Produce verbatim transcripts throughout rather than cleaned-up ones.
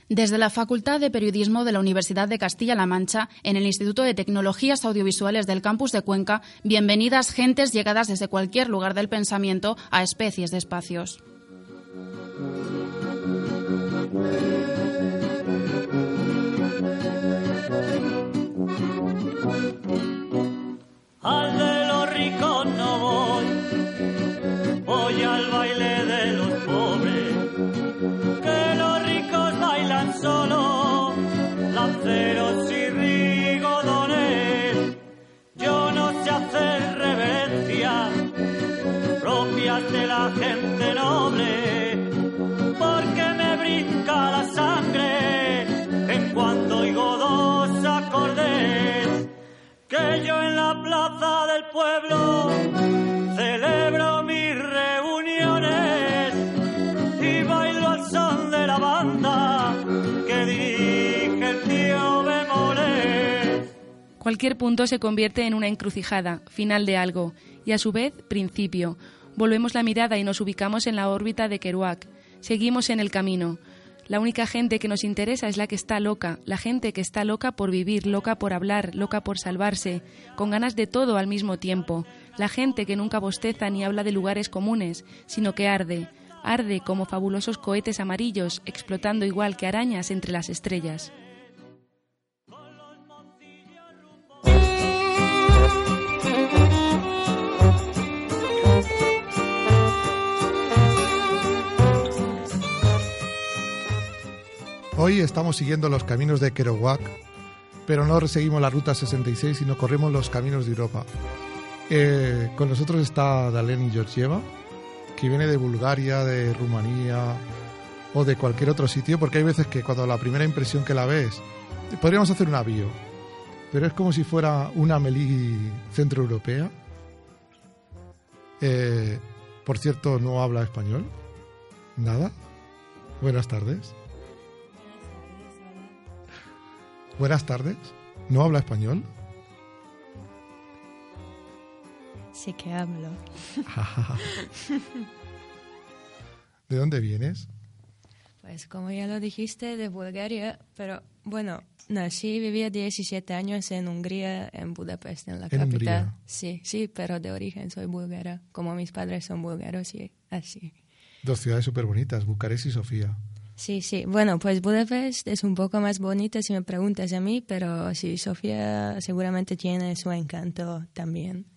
Desde la Facultad de Periodismo de la Universidad de Castilla-La Mancha, en el Instituto de Tecnologías Audiovisuales del Campus de Cuenca, bienvenidas gentes llegadas desde cualquier lugar del pensamiento a Especies de Espacios. Al de los ricos no voy, voy al baile de los pobres, que los ricos bailan solo, lanceros y rigodones. Yo no sé hacer reverencias propias de la gente noble, porque me brinca la sangre en cuanto oigo dos acordes. Que yo en la plaza del pueblo celebro mis reuniones y bailo al son de la banda que dirige el tío Bemoles. Cualquier punto se convierte en una encrucijada, final de algo, y a su vez principio. Volvemos la mirada y nos ubicamos en la órbita de Kerouac. Seguimos en el camino. La única gente que nos interesa es la que está loca, la gente que está loca por vivir, loca por hablar, loca por salvarse, con ganas de todo al mismo tiempo. La gente que nunca bosteza ni habla de lugares comunes, sino que arde, arde como fabulosos cohetes amarillos, explotando igual que arañas entre las estrellas. Hoy estamos siguiendo los caminos de Kerouac, pero no seguimos la ruta sesenta y seis, sino corremos los caminos de Europa. Eh, con nosotros está Daleni Georgieva, que viene de Bulgaria, de Rumanía o de cualquier otro sitio, porque hay veces que cuando la primera impresión que la ves, podríamos hacer una bio, pero es como si fuera una Amélie centroeuropea. Eh, por cierto, no habla español. Nada. Buenas tardes. Buenas tardes. ¿No habla español? Sí que hablo. ¿De dónde vienes? Pues como ya lo dijiste, de Bulgaria, pero bueno, nací y viví diecisiete años en Hungría, en Budapest, en la ¿En capital. Hungría? Sí, sí, pero de origen soy búlgara, como mis padres son búlgaros y así. Dos ciudades súper bonitas, Bucarest y Sofía. Sí, sí. Bueno, pues Budapest es un poco más bonita si me preguntas a mí, pero sí, Sofía seguramente tiene su encanto también.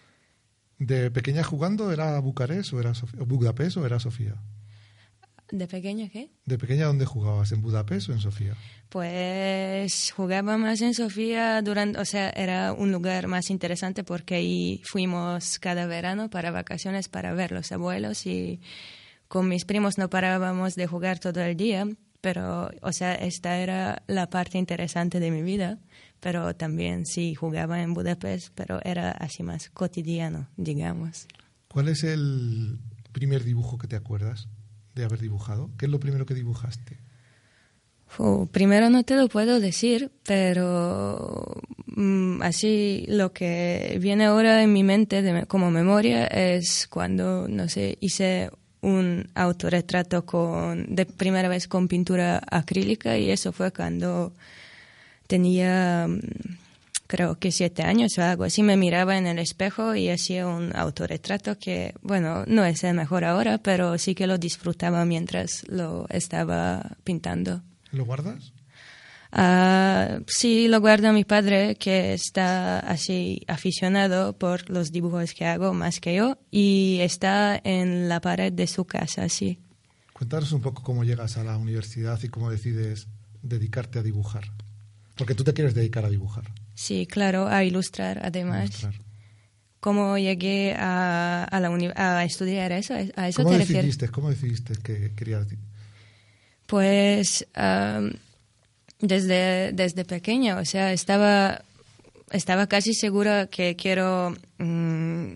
¿De pequeña jugando era Bucarest o era Sofía, Budapest o era Sofía? ¿De pequeña qué? ¿De pequeña dónde jugabas? ¿En Budapest o en Sofía? Pues jugaba más en Sofía durante, o sea, era un lugar más interesante porque ahí fuimos cada verano para vacaciones para ver los abuelos y con mis primos no parábamos de jugar todo el día, pero, o sea, esta era la parte interesante de mi vida, pero también sí jugaba en Budapest, pero era así más cotidiano, digamos. ¿Cuál es el primer dibujo que te acuerdas de haber dibujado? ¿Qué es lo primero que dibujaste? Uh, primero no te lo puedo decir, pero mm, así lo que viene ahora en mi mente de, como memoria es cuando, no sé, hice un autorretrato con, de primera vez con pintura acrílica y eso fue cuando tenía, creo que siete años o algo así. Me miraba en el espejo y hacía un autorretrato que, bueno, no es el mejor ahora, pero sí que lo disfrutaba mientras lo estaba pintando. ¿Lo guardas? Uh, sí, lo guarda mi padre, que está así aficionado por los dibujos que hago más que yo, y está en la pared de su casa, sí. Cuéntanos un poco cómo llegas a la universidad y cómo decides dedicarte a dibujar. Porque tú te quieres dedicar a dibujar. Sí, claro, a ilustrar además. A ilustrar. ¿Cómo llegué a, a, la uni- a estudiar eso? ¿A eso ¿Cómo te decidiste, refieres? ¿Cómo decidiste que querías? Pues um, desde, desde pequeña, o sea, estaba, estaba casi segura que quiero, um,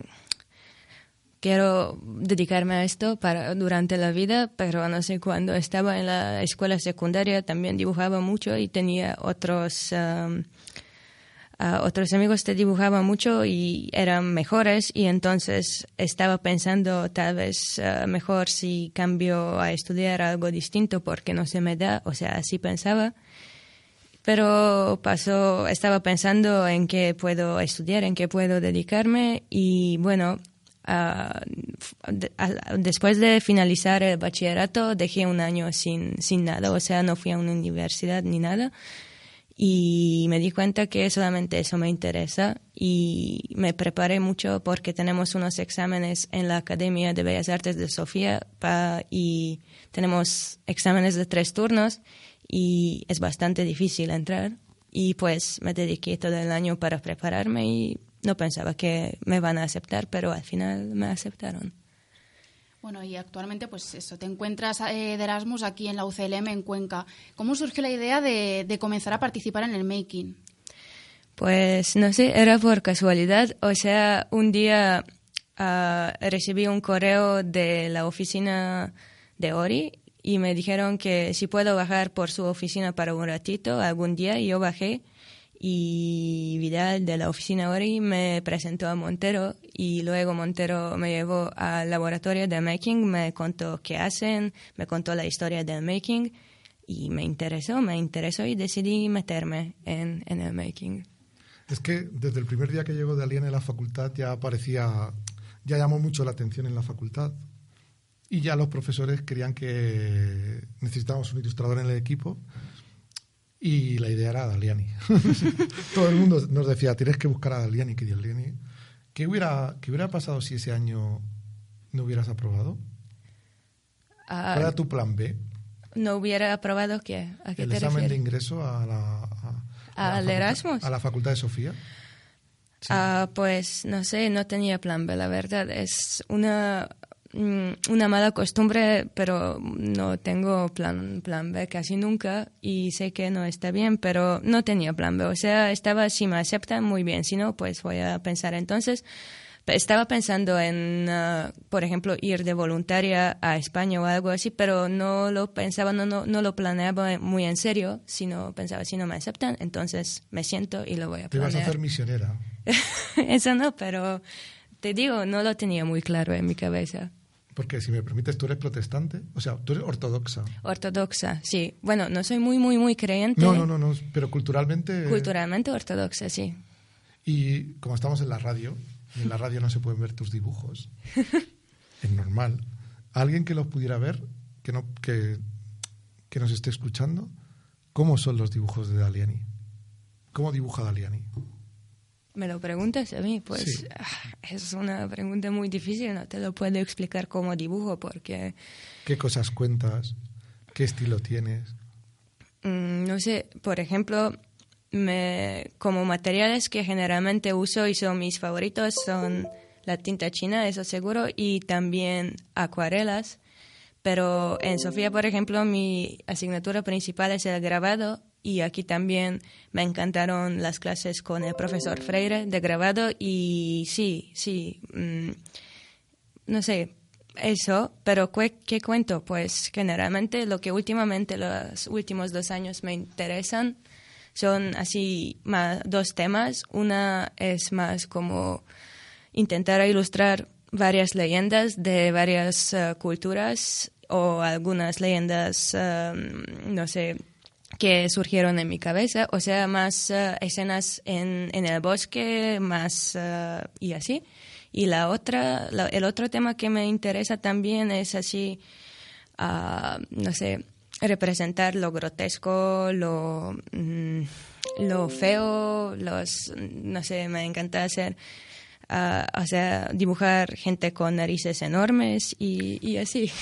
quiero dedicarme a esto para, durante la vida, pero no sé, cuando estaba en la escuela secundaria también dibujaba mucho y tenía otros... Um, uh, otros amigos te dibujaban mucho y eran mejores, y entonces estaba pensando tal vez uh, mejor si cambio a estudiar algo distinto porque no se me da, o sea, así pensaba. Pero pasó, estaba pensando en qué puedo estudiar, en qué puedo dedicarme, y bueno, uh, de, uh, después de finalizar el bachillerato dejé un año sin, sin nada, o sea, no fui a una universidad ni nada, y me di cuenta que solamente eso me interesa, y me preparé mucho porque tenemos unos exámenes en la Academia de Bellas Artes de Sofía pa, y tenemos exámenes de tres turnos, y es bastante difícil entrar, y pues me dediqué todo el año para prepararme y no pensaba que me van a aceptar, pero al final me aceptaron. Bueno, y actualmente pues eso, te encuentras eh, de Erasmus aquí en la U C L M en Cuenca. ¿Cómo surgió la idea de, de comenzar a participar en el making? Pues no sé, era por casualidad, o sea, un día uh, recibí un correo de la oficina de Ori y me dijeron que si puedo bajar por su oficina para un ratito algún día, y yo bajé, y Vidal de la oficina Ori me presentó a Montero, y luego Montero me llevó al laboratorio de making, me contó qué hacen, me contó la historia del making, y me interesó, me interesó y decidí meterme en, en el making. Es que desde el primer día que llegó Daliani a la facultad ya parecía, ya llamó mucho la atención en la facultad. Y ya los profesores querían que necesitábamos un ilustrador en el equipo, y la idea era Daliani. Todo el mundo nos decía, tienes que buscar a Daliani, que Daliani. ¿Qué hubiera, qué hubiera pasado si ese año no hubieras aprobado? Uh, ¿Cuál era tu plan B? ¿No hubiera aprobado qué? ¿A qué El te examen refieres? de ingreso a la, a, a ¿Al la Erasmus? A la Facultad de Sofía. Sí. Uh, pues no sé, no tenía plan B, la verdad. Es una... una mala costumbre, pero no tengo plan, plan B casi nunca, y sé que no está bien, pero no tenía plan B. O sea, estaba, si me aceptan, muy bien, si no, pues voy a pensar. Entonces, estaba pensando en, uh, por ejemplo, ir de voluntaria a España o algo así, pero no lo pensaba, no, no, no lo planeaba muy en serio, sino pensaba, si no me aceptan, entonces me siento y lo voy a Te planear. vas a hacer misionera. Eso no, pero te digo, no lo tenía muy claro en mi cabeza. Porque, si me permites, tú eres protestante, o sea, tú eres ortodoxa. Ortodoxa, sí. Bueno, no soy muy, muy, muy creyente. No, no, no, no, pero culturalmente... Culturalmente ortodoxa, sí. Y como estamos en la radio, y en la radio no se pueden ver tus dibujos, es normal. Alguien que los pudiera ver, que, no, que, que nos esté escuchando, ¿cómo son los dibujos de Daliani? ¿Cómo dibuja Daliani? ¿Me lo preguntas a mí? Pues sí. Es una pregunta muy difícil, no te lo puedo explicar como dibujo porque... ¿Qué cosas cuentas? ¿Qué estilo tienes? Mm, no sé, por ejemplo, me, como materiales que generalmente uso y son mis favoritos son la tinta china, eso seguro, y también acuarelas. Pero en Sofía, por ejemplo, mi asignatura principal es el grabado, y aquí también me encantaron las clases con el profesor Freire de grabado, y sí, sí, mmm, no sé, eso, pero ¿qué, ¿qué cuento? Pues generalmente lo que últimamente, los últimos dos años me interesan son así más, dos temas. Una es más como intentar ilustrar varias leyendas de varias uh, culturas, o algunas leyendas, uh, no sé, que surgieron en mi cabeza, o sea, más uh, escenas en, en el bosque, más uh, y así. Y la otra, la, el otro tema que me interesa también es así, uh, no sé, representar lo grotesco, lo, mm, lo feo, los, no sé, me encanta hacer, uh, o sea, dibujar gente con narices enormes y, y así.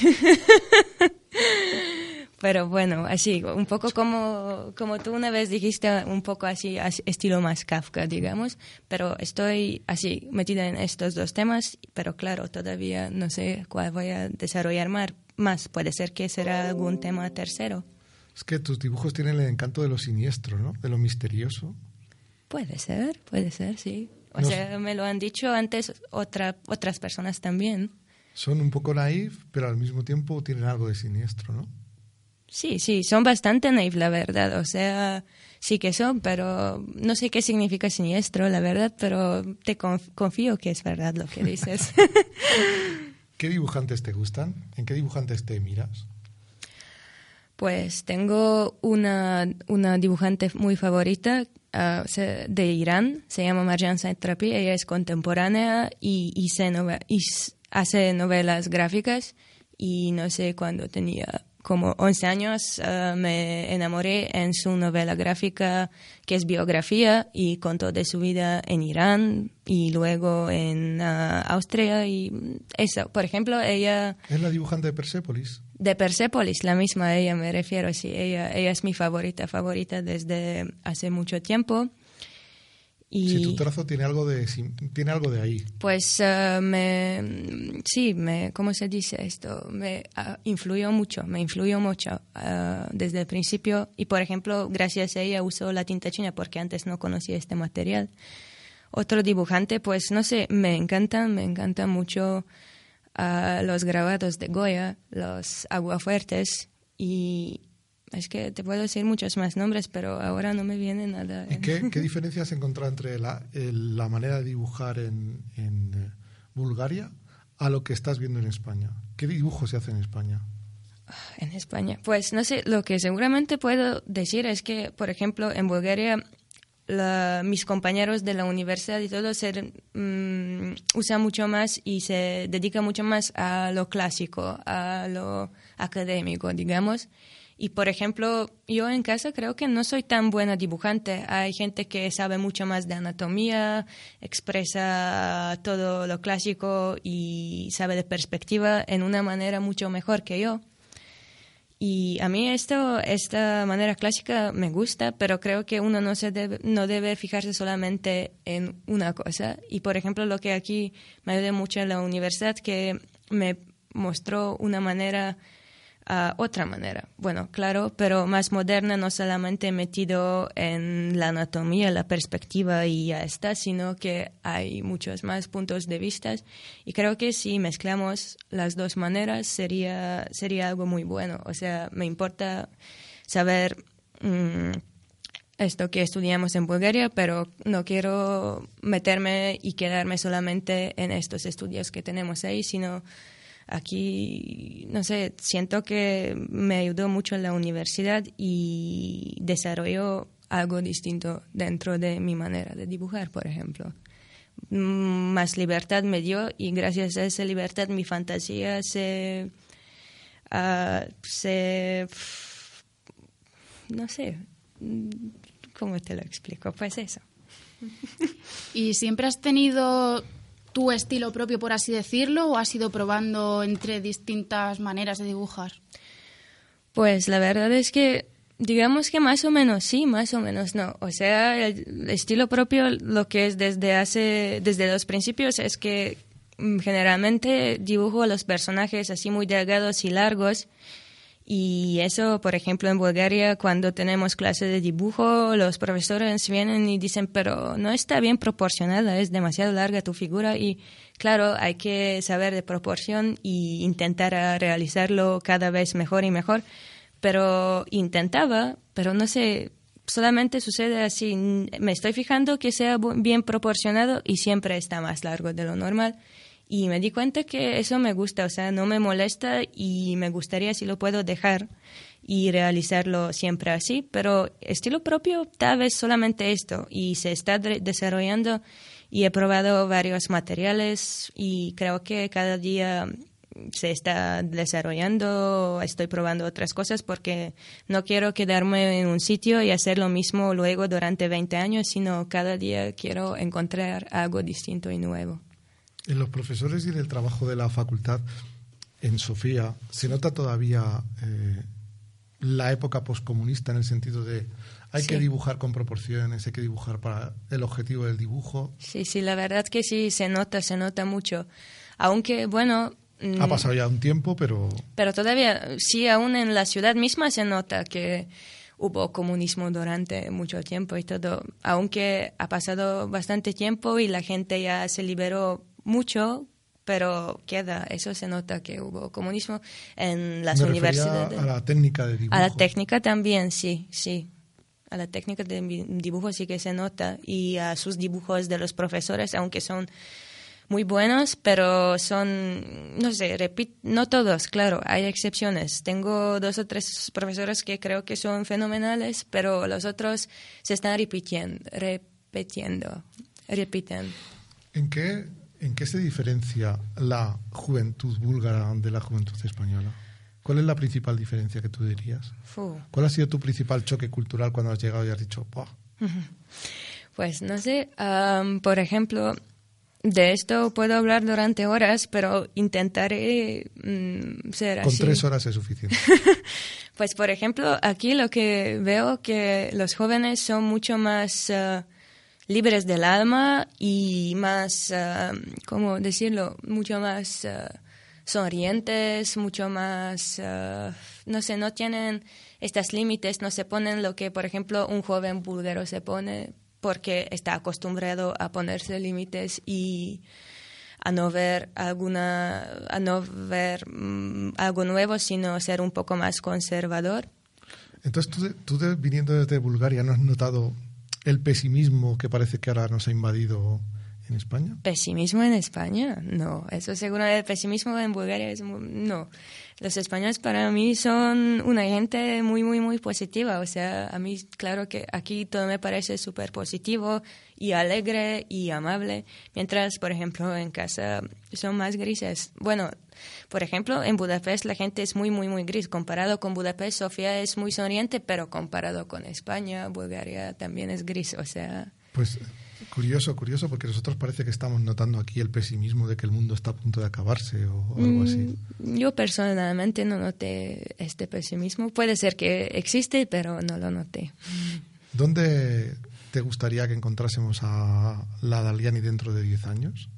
Pero bueno, así, un poco como, como tú una vez dijiste, un poco así, así, estilo más Kafka, digamos. Pero estoy así, metida en estos dos temas, pero claro, todavía no sé cuál voy a desarrollar más. más. Puede ser que será algún tema tercero. Es que tus dibujos tienen el encanto de lo siniestro, ¿no? De lo misterioso. Puede ser, puede ser, sí. O no, sea, me lo han dicho antes otra, otras personas también. Son un poco naif, pero al mismo tiempo tienen algo de siniestro, ¿no? Sí, sí, son bastante naive, la verdad. O sea, sí que son, pero no sé qué significa siniestro, la verdad, pero te conf- confío que es verdad lo que dices. ¿Qué dibujantes te gustan? ¿En qué dibujantes te miras? Pues tengo una, una dibujante muy favorita uh, se- de Irán, se llama Marjan Satrapi, ella es contemporánea y, y, se nove- y s- hace novelas gráficas y no sé, cuando tenía como once años uh, me enamoré en su novela gráfica que es biografía y contó de su vida en Irán y luego en uh, Austria y eso. Por ejemplo, ella... ¿Es la dibujante de Persépolis? De Persépolis, la misma a ella me refiero, sí, ella, ella es mi favorita, favorita desde hace mucho tiempo. Y Sí, tu trazo tiene algo de, tiene algo de ahí. pues uh, me, sí, me, ¿cómo se dice esto? Me uh, influyó mucho, me influyó mucho uh, desde el principio. Y, por ejemplo, gracias a ella uso la tinta china porque antes no conocía este material. Otro dibujante, pues, no sé, me encantan, me encantan mucho uh, los grabados de Goya, los aguafuertes y... Es que te puedo decir muchos más nombres, pero ahora no me viene nada. ¿Y qué, qué diferencias has encontrado entre la, el, la manera de dibujar en, en eh, Bulgaria a lo que estás viendo en España? ¿Qué dibujo se hace en España? En España, pues no sé, lo que seguramente puedo decir es que, por ejemplo, en Bulgaria, la, mis compañeros de la universidad y todo se um, usan mucho más y se dedican mucho más a lo clásico, a lo académico, digamos. Y, por ejemplo, yo en casa creo que no soy tan buena dibujante. Hay gente que sabe mucho más de anatomía, expresa todo lo clásico y sabe de perspectiva en una manera mucho mejor que yo. Y a mí esto, esta manera clásica me gusta, pero creo que uno no, se debe, no debe fijarse solamente en una cosa. Y, por ejemplo, lo que aquí me ayudó mucho en la universidad, que me mostró una manera... Uh, otra manera, bueno, claro, pero más moderna, no solamente metido en la anatomía, la perspectiva y ya está, sino que hay muchos más puntos de vista y creo que si mezclamos las dos maneras sería, sería algo muy bueno. O sea, me importa saber mmm, esto que estudiamos en Bulgaria, pero no quiero meterme y quedarme solamente en estos estudios que tenemos ahí, sino... Aquí, no sé, siento que me ayudó mucho en la universidad y desarrolló algo distinto dentro de mi manera de dibujar, por ejemplo. Más libertad me dio y gracias a esa libertad mi fantasía se... Uh, se no sé, ¿cómo te lo explico? Pues eso. ¿Y siempre has tenido... tu estilo propio, por así decirlo, o has ido probando entre distintas maneras de dibujar? Pues la verdad es que, digamos que más o menos sí, más o menos no. O sea, el estilo propio, lo que es desde hace, desde los principios, es que generalmente dibujo a los personajes así muy delgados y largos. Y eso, por ejemplo, en Bulgaria, cuando tenemos clase de dibujo, los profesores vienen y dicen, pero no está bien proporcionada, es demasiado larga tu figura. Y claro, hay que saber de proporción y intentar realizarlo cada vez mejor y mejor. Pero intentaba, pero no sé, solamente sucede así. Me estoy fijando que sea bien proporcionado y siempre está más largo de lo normal. Y me di cuenta que eso me gusta, o sea, no me molesta y me gustaría si lo puedo dejar y realizarlo siempre así, pero estilo propio tal vez solamente esto y se está de- desarrollando y he probado varios materiales y creo que cada día se está desarrollando, estoy probando otras cosas porque no quiero quedarme en un sitio y hacer lo mismo luego durante veinte años, sino cada día quiero encontrar algo distinto y nuevo. En los profesores y en el trabajo de la facultad, en Sofía, ¿se nota todavía eh, la época poscomunista en el sentido de hay Sí. que dibujar con proporciones, hay que dibujar para el objetivo del dibujo? Sí, sí, la verdad que sí, se nota, se nota mucho. Aunque, bueno... Ha pasado ya un tiempo, pero... Pero todavía, sí, aún en la ciudad misma se nota que hubo comunismo durante mucho tiempo y todo. Aunque ha pasado bastante tiempo y la gente ya se liberó mucho, pero queda, eso se nota que hubo comunismo en las Me universidades. refería a la técnica de dibujo. A la técnica también, sí, sí. A la técnica de dibujo sí que se nota, y a sus dibujos de los profesores, aunque son muy buenos, pero son, no sé, repit, no todos, claro, hay excepciones. Tengo dos o tres profesores que creo que son fenomenales, pero los otros se están repitiendo, repitiendo, repiten. ¿En qué, ¿En qué se diferencia la juventud búlgara de la juventud española? ¿Cuál es la principal diferencia que tú dirías? Fu. ¿Cuál ha sido tu principal choque cultural cuando has llegado y has dicho, ¡buah! Pues no sé, um, por ejemplo, de esto puedo hablar durante horas, pero intentaré um, ser Con así. Con tres horas es suficiente. Pues, por ejemplo, aquí lo que veo que los jóvenes son mucho más uh, libres del alma y más, uh, ¿cómo decirlo? Mucho más uh, sonrientes, mucho más, uh, no sé, no tienen estos límites, no se ponen lo que, por ejemplo, un joven búlgaro se pone porque está acostumbrado a ponerse límites y a no ver alguna, a no ver um, algo nuevo, sino ser un poco más conservador. Entonces, tú, tú de, viniendo desde Bulgaria, ¿no has notado el pesimismo que parece que ahora nos ha invadido en España? ¿Pesimismo en España? No, eso seguro, el pesimismo en Bulgaria es muy, no. Los españoles para mí son una gente muy, muy, muy positiva. O sea, a mí, claro que aquí todo me parece súper positivo y alegre y amable. Mientras, por ejemplo, en casa son más grises. Bueno, por ejemplo, en Budapest la gente es muy, muy, muy gris. Comparado con Budapest, Sofía es muy sonriente, pero comparado con España, Bulgaria también es gris. O sea... Pues... Curioso, curioso, porque nosotros parece que estamos notando aquí el pesimismo de que el mundo está a punto de acabarse o algo así. Yo personalmente no noté este pesimismo. Puede ser que existe, pero no lo noté. ¿Dónde te gustaría que encontrásemos a la Daliani dentro de diez años?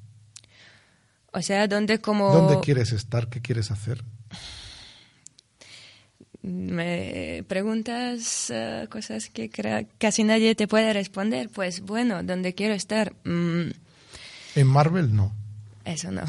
O sea, ¿dónde como... ¿Dónde quieres estar? ¿Qué quieres hacer? Me preguntas uh, cosas que cra- casi nadie te puede responder. Pues bueno, ¿dónde quiero estar? Mm. ¿En Marvel? No. Eso no.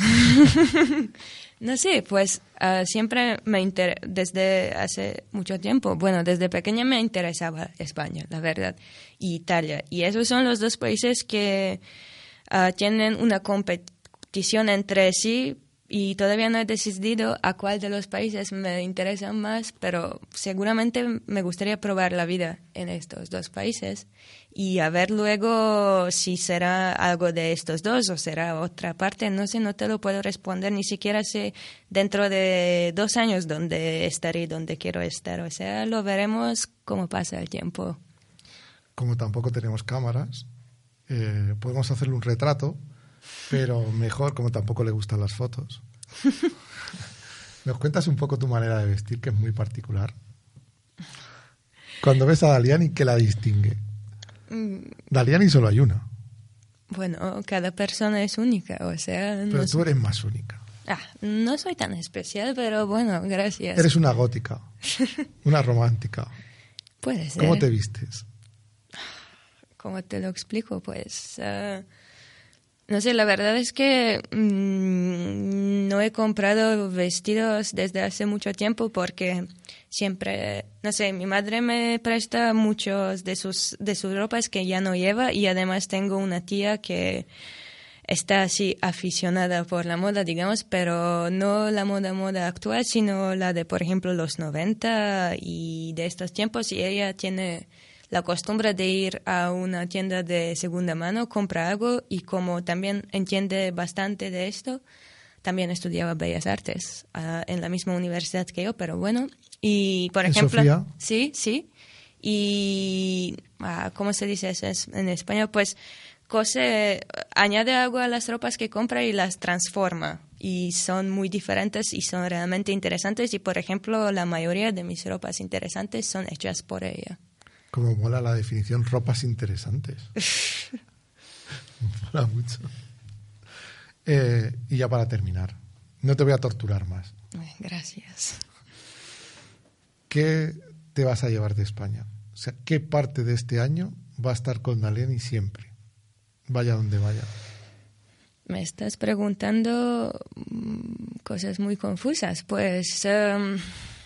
No sé, pues uh, siempre me inter- desde hace mucho tiempo, bueno, desde pequeña me interesaba España, la verdad, y Italia. Y esos son los dos países que uh, tienen una competición entre sí. Y todavía no he decidido a cuál de los países me interesan más, pero seguramente me gustaría probar la vida en estos dos países y a ver luego si será algo de estos dos o será otra parte. No sé, no te lo puedo responder, ni siquiera sé dentro de dos años dónde estaré, dónde quiero estar. O sea, lo veremos cómo pasa el tiempo. Como tampoco tenemos cámaras, eh, podemos hacerle un retrato. Pero mejor, como tampoco le gustan las fotos. ¿Nos cuentas un poco tu manera de vestir, que es muy particular? Cuando ves a Daliani, ¿qué la distingue? Mm. Daliani solo hay una. Bueno, cada persona es única, o sea... Pero no tú eres más única. Ah, no soy tan especial, pero bueno, gracias. Eres una gótica, una romántica. Puede ser. ¿Cómo te vistes? ¿Cómo te lo explico? Pues... Uh... No sé, la verdad es que mmm, no he comprado vestidos desde hace mucho tiempo porque siempre, no sé, mi madre me presta muchos de sus, de sus ropas que ya no lleva y además tengo una tía que está así aficionada por la moda, digamos, pero no la moda moda actual, sino la de, por ejemplo, los noventa y de estos tiempos, y ella tiene... la costumbre de ir a una tienda de segunda mano, compra algo y como también entiende bastante de esto, también estudiaba Bellas Artes uh, en la misma universidad que yo, pero bueno. Y, por ¿En ejemplo... Sofía? Sí, sí. Y, uh, ¿cómo se dice eso en español? Pues cose, añade algo a las ropas que compra y las transforma. Y son muy diferentes y son realmente interesantes. Y, por ejemplo, la mayoría de mis ropas interesantes son hechas por ella. Como mola la definición, ropas interesantes. Mola mucho. Eh, y ya para terminar, no te voy a torturar más. Gracias. ¿Qué te vas a llevar de España? O sea, ¿qué parte de este año va a estar con Daliani siempre? Vaya donde vaya. Me estás preguntando cosas muy confusas. Pues um,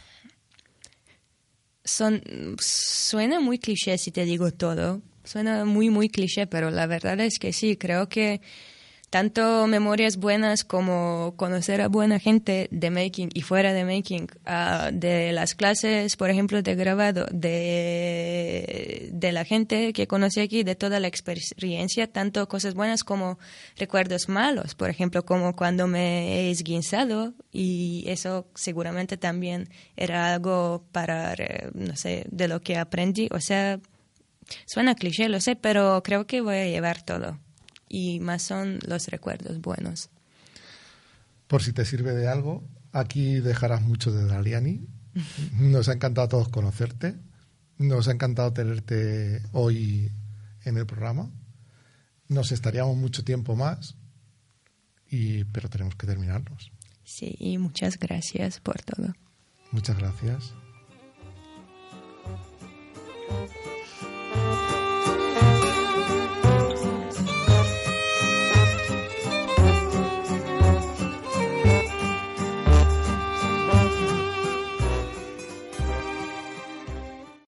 son, suena muy cliché si te digo todo. Suena muy, muy cliché, pero la verdad es que sí. Creo que tanto memorias buenas como conocer a buena gente de making y fuera de making, uh, de las clases, por ejemplo, de grabado, de, de la gente que conocí aquí, de toda la experiencia, tanto cosas buenas como recuerdos malos, por ejemplo, como cuando me he esguinzado, y eso seguramente también era algo para, no sé, de lo que aprendí. O sea, suena cliché, lo sé, pero creo que voy a llevar todo. Y más son los recuerdos buenos. Por si te sirve de algo, aquí dejarás mucho de Daliani. Nos ha encantado a todos conocerte. Nos ha encantado tenerte hoy en el programa. Nos estaríamos mucho tiempo más, y, pero tenemos que terminarlos. Sí, y muchas gracias por todo. Muchas gracias.